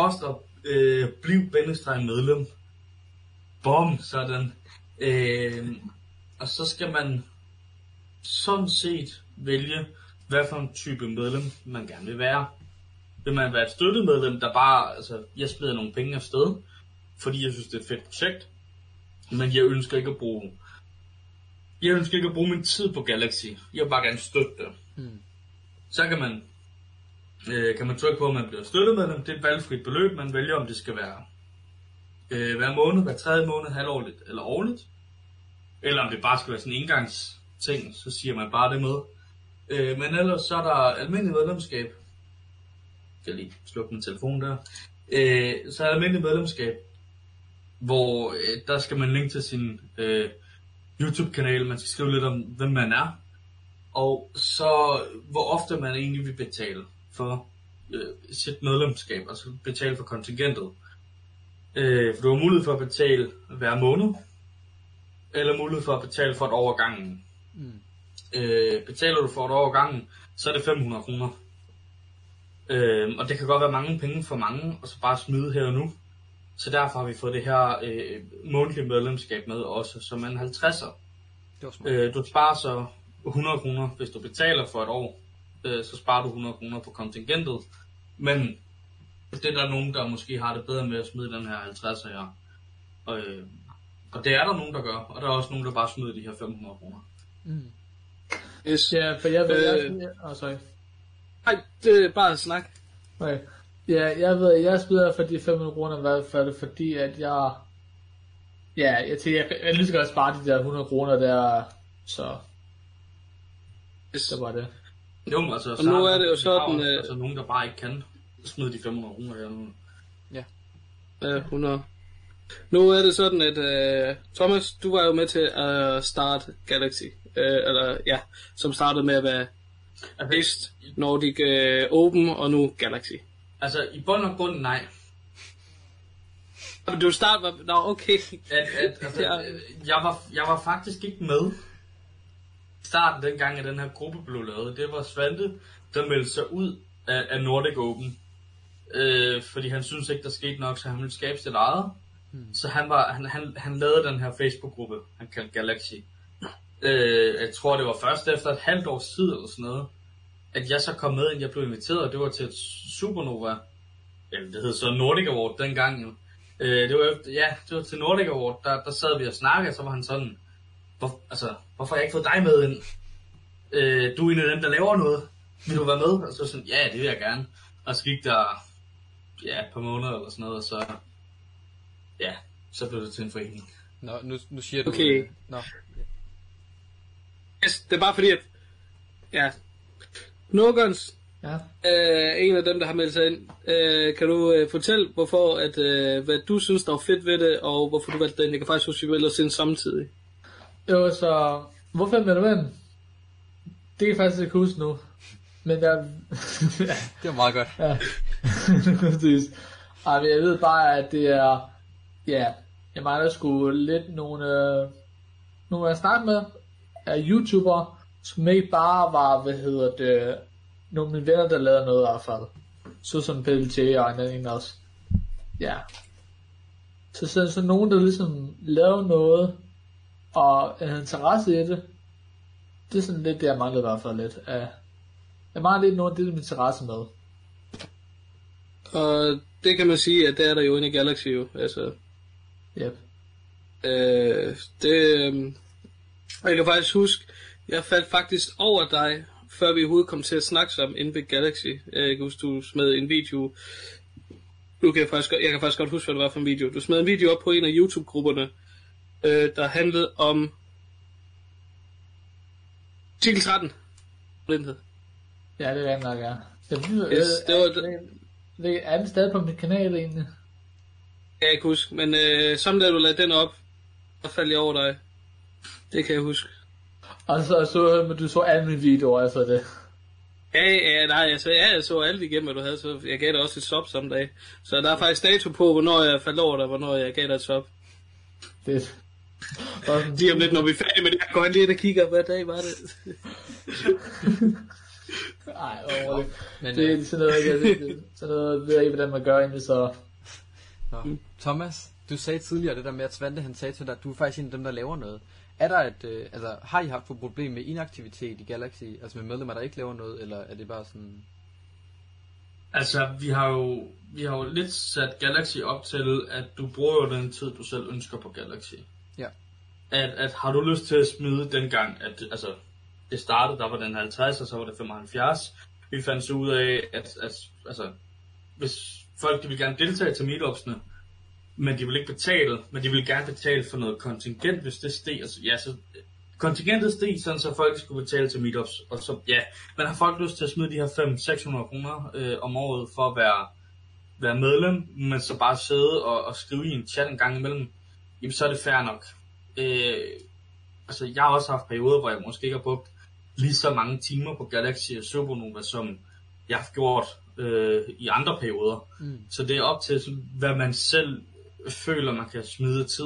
Speaker 4: bliv-medlem. Bom, sådan. Og så skal man sådan set vælge, hvad for en type medlem man gerne vil være. Vil man være et støttemedlem, der bare, altså, jeg smider nogle penge afsted, fordi jeg synes, det er et fedt projekt, men jeg ønsker ikke at bruge min tid på Galaxy. Jeg vil bare gerne støtte det. Så kan man trykke på, at man bliver støttemedlem. Det er et valgfrit beløb, man vælger, om det skal være hver måned, hver tredje måned, halvårligt eller årligt. Eller om det bare skal være sådan en engangsting, så siger man bare det med. Men ellers så er der almindelig medlemskab. Jeg kan lige slukke min telefon der. Så er der almindelig medlemskab, hvor der skal man linke til sin YouTube-kanal. Man skal skrive lidt om, hvem man er. Og så hvor ofte man egentlig vil betale for sit medlemskab, altså betale for kontingentet. For du har mulighed for at betale hver måned, eller mulighed for at betale for et år ad gangen. Betaler du for et år ad gangen, så er det 500 kroner. Og det kan godt være mange penge for mange, og så bare smide her og nu. Så derfor har vi fået det her månedlige medlemskab med også, som en 50'er. Du sparer så 100 kroner, hvis du betaler for et år. Så sparer du 100 kroner på kontingentet. Men det er der nogen, der måske har det bedre med at smide den her 50'er her. Og det er der nogen, der gør. Og der er også nogen, der bare smider de her 500 kroner.
Speaker 3: Yes.
Speaker 5: Ja, for jeg ved... sorry.
Speaker 3: Nej, det er bare snak.
Speaker 5: Okay. Ja, jeg ved, jeg smider for de 500 kroner, i hvert fald, fordi at jeg... Ja, jeg tænker, jeg kan lige så godt spare de der 100 kroner der, så...
Speaker 3: Yes.
Speaker 5: Det var det.
Speaker 4: Jo, altså,
Speaker 3: og nu er det jo sådan...
Speaker 4: Altså nogen, der bare ikke kan smide de 500 kroner her nu.
Speaker 3: Ja. 100. Nu er det sådan, at Thomas, du var jo med til at starte Galaxy. Som startede med at være East, Nordic Open og nu Galaxy.
Speaker 4: Altså, i bund og grund, nej.
Speaker 3: Men du startede... Nå, okay.
Speaker 4: Jeg var faktisk ikke med i starten, dengang at den her gruppe blev lavet. Det var Svante, der meldte sig ud af Nordic Open. Fordi han synes ikke, der skete nok, så han ville skabe sit eget. Så han lavede den her Facebook-gruppe, han kaldte Galaxy. Jeg tror, det var først efter et halvt års tid eller sådan noget, at jeg så kom med, at jeg blev inviteret, og det var til et Supernova. Eller det hed så Nordic Award dengang. Det var til Nordic Award, der sad vi og snakkede, og så var han sådan, hvorfor har jeg ikke fået dig med ind? Du er en af dem, der laver noget. Vil du være med? Og så sådan, ja, det vil jeg gerne. Og så gik der et par måneder eller sådan noget, og så blev det til en forening.
Speaker 2: Nå, nu siger du...
Speaker 3: Okay.
Speaker 2: Nå.
Speaker 3: Yes, det er bare fordi, at... Ja. Nogans
Speaker 5: Ja.
Speaker 3: en af dem, der har meldt sig ind. Kan du fortælle, hvorfor, at, hvad du synes, der var fedt ved det, og hvorfor du valgte den? Jeg kan faktisk huske, at vi valgte at sende samtidig.
Speaker 5: Jo, så... Hvorfor er du med? Det kan jeg faktisk ikke huske nu. Men jeg...
Speaker 2: Det var meget godt.
Speaker 5: Ja, præcis. Ej, men jeg ved bare, at det er... Ja, jeg mangler sgu lidt nogle at starte med af YouTubere, som ikke bare var, nogle af mine venner, der lavede noget i hvert fald. Så som PLJ og en anden også. Ja. Så nogen, der ligesom lavede noget, og en interesse i det, det er sådan lidt det, jeg manglede i hvert fald lidt af. Jeg mangler lidt noget af det, der er interesse med.
Speaker 3: Og det kan man sige, at der er der jo inde i Galaxy jo, altså...
Speaker 5: Yep.
Speaker 3: Jeg kan faktisk huske, jeg faldt faktisk over dig, før vi overhovedet kom til at snakke sammen inde ved Galaxy. Jeg kan huske, du smed en video. Jeg kan faktisk godt huske, hvad det var for en video. Du smed en video op på en af YouTube-grupperne, der handlede om artikel 13. Blindhed.
Speaker 5: Ja, det er rent nok, ja. Er den stadig på min kanal egentlig?
Speaker 3: Jeg kan ikke huske, men sammen da du lagde den op, så faldt jeg over dig. Det kan jeg huske.
Speaker 5: Og så du så alle mine videoer, altså det.
Speaker 3: Jeg så alt igennem, hvad du havde, så jeg gav dig også et sub samme dag. Så der er faktisk dato på, hvornår jeg faldt over dig, hvornår jeg gav dig et sub.
Speaker 5: Fedt.
Speaker 3: Lige om lidt, når vi er færdige med det, jeg går lige ind og kigger, hvad dag var det.
Speaker 5: Ej, overhovedet. Men det er sådan noget, ved jeg ikke, hvordan man gør egentlig, så...
Speaker 2: Nå. Thomas, du sagde tidligere det der med, at Svante han sagde til dig, at du er faktisk en af dem, der laver noget. Er der har I haft et problem med inaktivitet i Galaxy, altså med medlemmer, der ikke laver noget, eller er det bare sådan...
Speaker 4: Altså, vi har jo lidt sat Galaxy op til, at du bruger jo den tid, du selv ønsker på Galaxy.
Speaker 2: Ja.
Speaker 4: At har du lyst til at smide dengang, at altså, det startede, der var den 50, og så var det 75. Vi fandt så ud af, at altså, hvis folk de vil gerne deltage til meetupsene, men de vil ikke betale, men de vil gerne betale for noget kontingent, hvis det steg. Altså, ja, så kontingentet steg, sådan så folk skulle betale til meetups. Og så, ja, man har folk lyst til at smide de her 500-600 kroner om året for at være medlem, men så bare sidde og skrive i en chat en gang imellem, jamen så er det fair nok. Altså, jeg har også haft perioder, hvor jeg måske ikke har brugt lige så mange timer på Galaxy og Supernova, som jeg har gjort i andre perioder. Så det er op til, hvad man selv føler, man kan smide tid.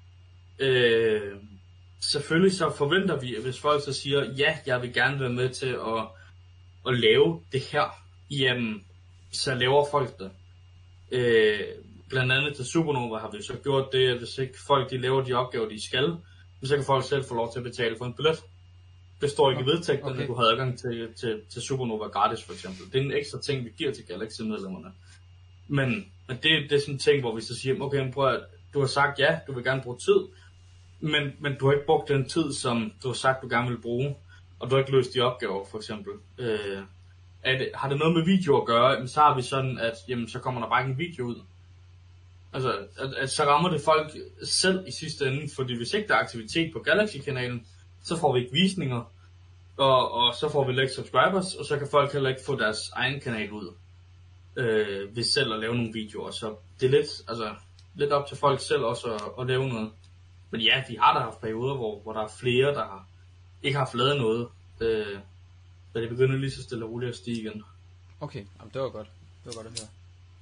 Speaker 4: Selvfølgelig så forventer vi, at hvis folk så siger, ja, jeg vil gerne være med til at lave det her, jamen, så laver folk det. Blandt andet til Supernova har vi så gjort det, at hvis ikke folk de laver de opgaver, de skal, så kan folk selv få lov til at betale for en billet. Det står ikke i vedtægten, okay. At du har adgang til Supernova gratis for eksempel. Det er en ekstra ting, vi giver til Galaxy-medlemmerne. Men det er sådan en ting, hvor vi så siger, okay, prøv at, du har sagt ja, du vil gerne bruge tid, men du har ikke brugt den tid, som du har sagt, du gerne vil bruge, og du har ikke løst de opgaver, for eksempel. Har det noget med video at gøre, så har vi sådan, at jamen, så kommer der bare ikke en video ud. Altså, at så rammer det folk selv i sidste ende, fordi hvis ikke der er aktivitet på Galaxy-kanalen, så får vi ikke visninger, og så får vi ikke subscribers, og så kan folk heller ikke få deres egen kanal ud, ved selv at lave nogle videoer. Så det er lidt op til folk selv også at lave noget. Men ja, vi har da haft perioder, hvor der er flere, der ikke har haft lavet noget, da det begynder lige så stille og roligt at stige igen.
Speaker 2: Okay, jamen, det var godt. Det var godt at høre.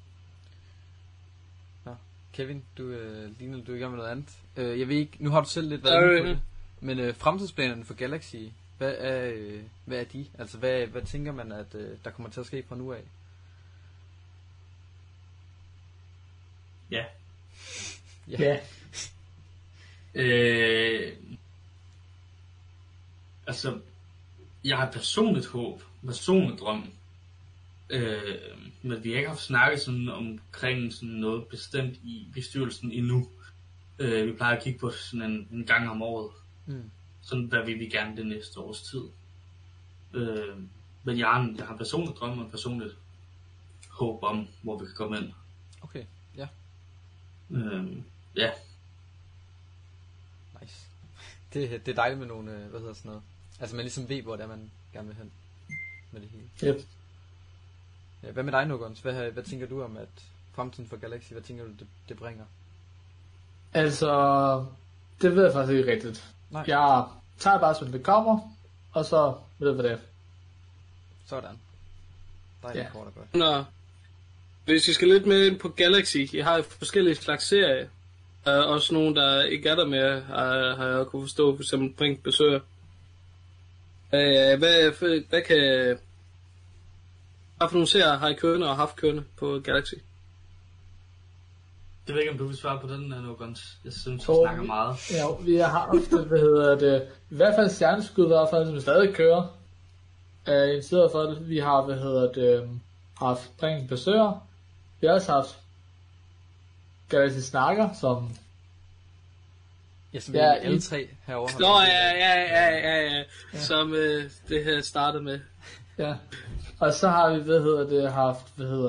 Speaker 2: Nå, Kevin, du ligner du er i gang med noget andet. Jeg ved ikke, nu har du selv lidt været inde på det, men fremtidsplanerne for Galaxy, hvad er de? Altså, hvad tænker man, at der kommer til at ske fra nu af?
Speaker 4: Ja.
Speaker 5: Ja.
Speaker 4: Altså, jeg har personligt håb, personligt drøm, men vi har ikke haft snakket sådan omkring sådan noget bestemt i bestyrelsen endnu. Vi plejer at kigge på sådan en gang om året, sådan hvad vil vi gerne det næste års tid. Men jeg har personligt drøm og personligt håb om, hvor vi kan komme ind.
Speaker 2: Okay, ja.
Speaker 4: Ja.
Speaker 2: Nice. Det er dejligt med nogle, hvad hedder sådan noget, Altså man ligesom ved, hvor det er, man gerne vil hen med det hele.
Speaker 5: Yep.
Speaker 2: Ja, hvad med dig, Nogons? Hvad tænker du om, at fremtiden for Galaxy, hvad tænker du, det bringer?
Speaker 5: Altså, det ved jeg faktisk ikke rigtigt.
Speaker 2: Nej.
Speaker 5: Jeg tager bare, som det kommer, og så ved jeg, hvad det er.
Speaker 2: Sådan. Dejligt kort og godt.
Speaker 3: Nå, hvis vi skal lidt med ind på Galaxy, jeg har jo forskellige slags serier. Også nogle, der ikke er der med, har jeg kunne forstå, for eksempel Brink Besøger. Hvad for nogle serier har I kørende og haft kørende på Galaxy?
Speaker 4: Det ved ikke, om du vil svare på den, Nogons. Jeg synes, du
Speaker 5: Så,
Speaker 4: snakker meget.
Speaker 5: Ja, vi har haft, i hvert fald stjerneskud, i hvert fald, som stadig kører. I stedet for det, vi har, haft Brink Besøger. Vi har også haft Galaxy Snakker, som...
Speaker 2: Ja, som alle tre herovre.
Speaker 3: Nå, ja. Som det her startede med.
Speaker 5: Ja. Og så har vi, haft,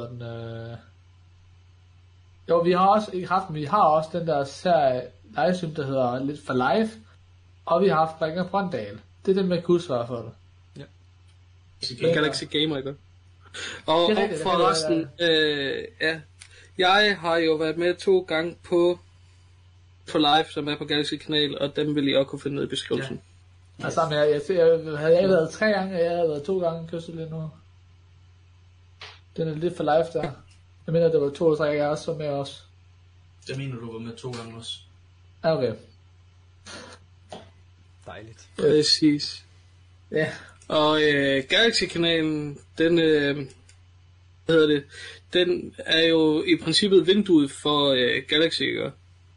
Speaker 5: Jo, vi har også ikke haft, men vi har også den der serie livestream, der hedder Lidt for Live. Og vi har haft Bringer Brøndal. Det er det, man kan huske i hvert fald.
Speaker 3: Ja. Galaxy Gamer, ikke? Og forresten, ja. Jeg har jo været med 2 gange på live, som er på Galaxy-kanal, og dem vil I også kunne finde ned i beskrivelsen.
Speaker 5: Ja. Altså, jeg havde været 3 gange, og jeg havde været 2 gange, kan lige nu. Den er lidt for live der. Jeg mener, det var 2 eller 3 gange, jeg også var med også.
Speaker 4: Jeg mener, du var med 2 gange også.
Speaker 5: Ja, okay.
Speaker 2: Dejligt.
Speaker 3: Præcis.
Speaker 5: Ja.
Speaker 3: Og Galaxy-kanalen, den, den er jo i princippet vinduet for Galaxy, ikke?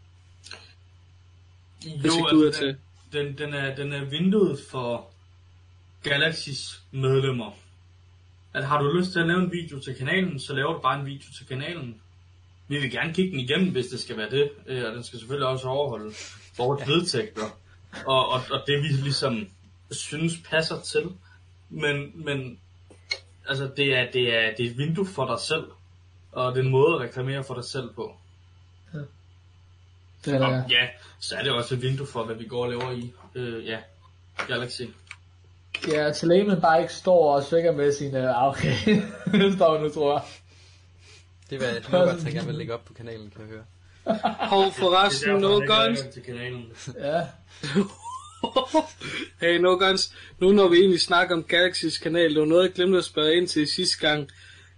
Speaker 4: Jo, altså, den er vinduet for Galaxys medlemmer. At har du lyst til at lave en video til kanalen, så laver du bare en video til kanalen. Vi vil gerne kigge den igennem, hvis det skal være det. Og den skal selvfølgelig også overholde vores vedtægter. Og det vi ligesom synes passer til. Men altså det er et vindue for dig selv. Og det er en måde at reklamere for dig selv på.
Speaker 5: Ja. Det er det,
Speaker 4: og ja, så er det også et vindue for, hvad vi går og laver i Galaxy.
Speaker 5: Ja, så længe man bare ikke står og svækker med sine okay. Det står nu, tror jeg.
Speaker 2: Det er hvad Nogons, jeg gerne vil lægge op på kanalen, kan jeg høre.
Speaker 3: Hov, forresten, Nogons.
Speaker 4: til kanalen.
Speaker 5: Ja.
Speaker 3: Hey, Nogons. Nu når vi egentlig snakker om Galaxys kanal, det var noget, jeg glemte at spørge ind til sidste gang.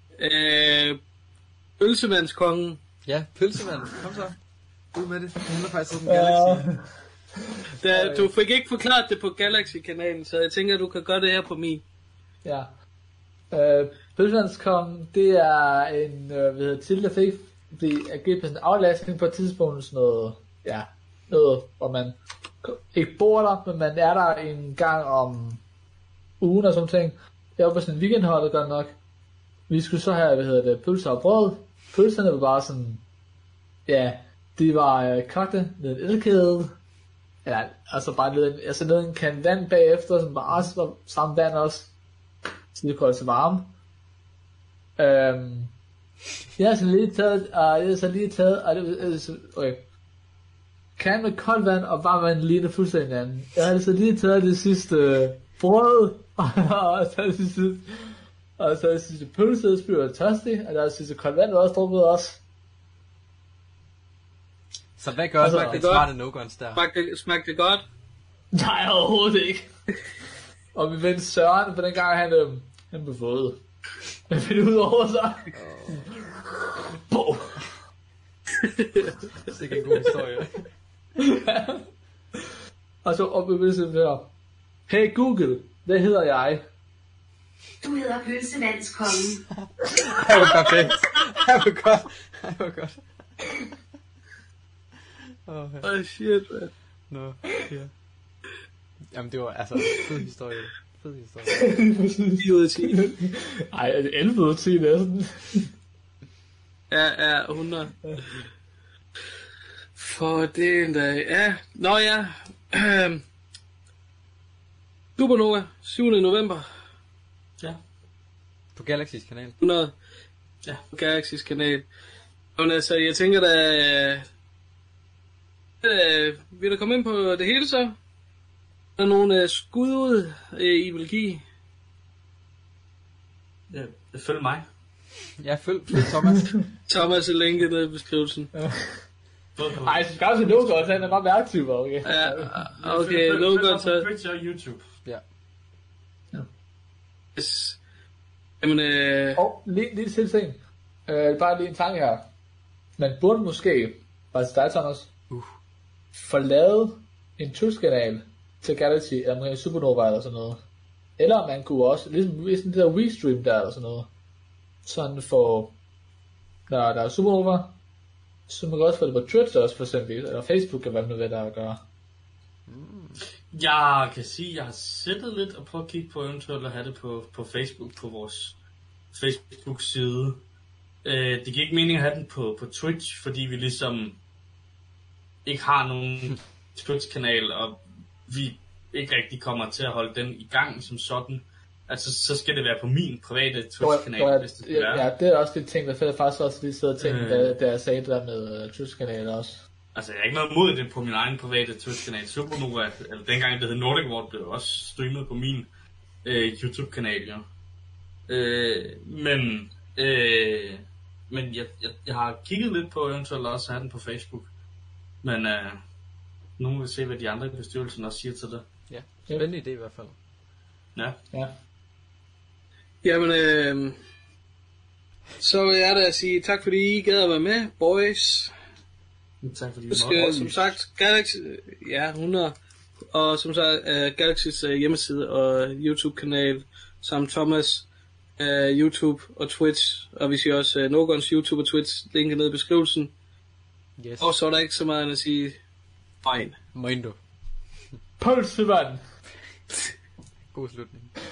Speaker 3: Pølsemandskongen.
Speaker 2: Ja, Pølsemand. Kom så. Ud med det. Det handler faktisk om Galaxy.
Speaker 3: Du fik ikke forklaret det på Galaxy-kanalen, så jeg tænker, at du kan gøre det her på min.
Speaker 5: Ja. Pølsemandskongen, det er en, til der fik givet på sådan en aflastning på et tidspunkt, sådan noget, ja, noget, hvor man ikke bor der, men man er der en gang om ugen og sådan ting. Jeg var på sådan en weekendhold, godt nok. Vi skulle så have, pølser og brød. Pølserne var bare sådan, ja, de var kogte med en elkæde. Ja, altså bare ned en kan vand bagefter, som bare også var samme vand også. Så det koldt til varme. Jeg har så lige taget, okay. Kan med koldt vand og varmt vand ligner fuldstændig hinanden. Jeg har altså lige taget det sidste brød, og så det sidste pølse, så bliver jeg tørstig, og der er det sidste koldt vand, og også drukket også.
Speaker 2: Så hvad gør altså, det smarte Nogons der?
Speaker 3: Smagte det godt?
Speaker 5: Nej, overhovedet ikke. Og vi vendte Søren, for den gang han blev fået. Jeg finder ud over sig.
Speaker 2: Det er ikke en god historie.
Speaker 5: Og så op i billedet der. Hey Google, hvad hedder jeg?
Speaker 6: Du hedder Pølsemandskongen.
Speaker 2: Det var perfekt. Det var godt.
Speaker 3: Oh shit, man.
Speaker 2: Nå, ja. Jamen det var altså fed historie.
Speaker 3: 10 ud af 10.
Speaker 5: Ej, 11 ud af 10 næsten.
Speaker 3: Ja, 100. For det en dag. Ja, nå ja. Supernova, 7. november.
Speaker 4: Ja.
Speaker 2: På Galaxys kanal.
Speaker 3: 100. Ja, på Galaxys kanal. Men altså, jeg tænker da... vil du komme ind på det hele så? Der er nogle skud ud, I vil give.
Speaker 4: Ja, følg mig.
Speaker 2: Ja, følg Thomas.
Speaker 3: Thomas er linket nede i beskrivelsen.
Speaker 5: Ej, så skal også se logo, så han er bare mere aktiv, okay?
Speaker 3: Ja, okay,
Speaker 4: følg
Speaker 3: logo
Speaker 4: mig
Speaker 3: så.
Speaker 4: på Twitch og YouTube.
Speaker 2: Ja.
Speaker 3: Yes. Jamen,
Speaker 5: Og lige til ting. Bare lige en tanke her. Man burde måske, bare til dig, Thomas, få lavet en Twitch-kanal til Galaxy, eller måske Supernova eller sådan noget. Eller man kunne også, ligesom det der WeStream der eller sådan noget, sådan for, når der er Supernova, så man kan også få det på Twitch også for eksempel, eller Facebook, eller hvad man nu ved der at gøre.
Speaker 4: Jeg kan sige, at jeg har sættet lidt og prøvet at kigge på eventuelt at have det på Facebook, på vores Facebook-side. Det giver ikke mening at have den på Twitch, fordi vi ligesom ikke har nogen Twitch-kanal, og vi ikke rigtig kommer til at holde den i gang som sådan. Altså, så skal det være på min private Twitch-kanal, hvis det skal være.
Speaker 5: Ja, det er også det ting, der fælder faktisk også lige sidder og tænkte, da jeg sagde det der med Twitch-kanaler også.
Speaker 4: Altså, jeg har ikke noget imod det på min egen private Twitch-kanal. Supernova, eller dengang det hed Nordic World, blev også streamet på min YouTube-kanal, jo. Men jeg har kigget lidt på eventuelt også at have den på Facebook. Men nu må vi se, hvad de andre i bestyrelsen også siger til det.
Speaker 2: Ja, spændende idé i hvert fald.
Speaker 4: Ja.
Speaker 5: Ja.
Speaker 3: jamen, så vil jeg da sige tak, fordi I gad at være med, boys.
Speaker 4: Tak fordi
Speaker 3: Husk, som sagt, Galaxy, ja, 100, og som sagt, Galaxys hjemmeside og YouTube-kanal, samt Thomas, YouTube og Twitch, og vi siger også Nogons YouTube og Twitch, linket ned i beskrivelsen.
Speaker 2: Yes.
Speaker 3: Og så er der ikke så meget end at sige, fine.
Speaker 2: Moindo.
Speaker 5: Pølsevand!
Speaker 2: God slutning.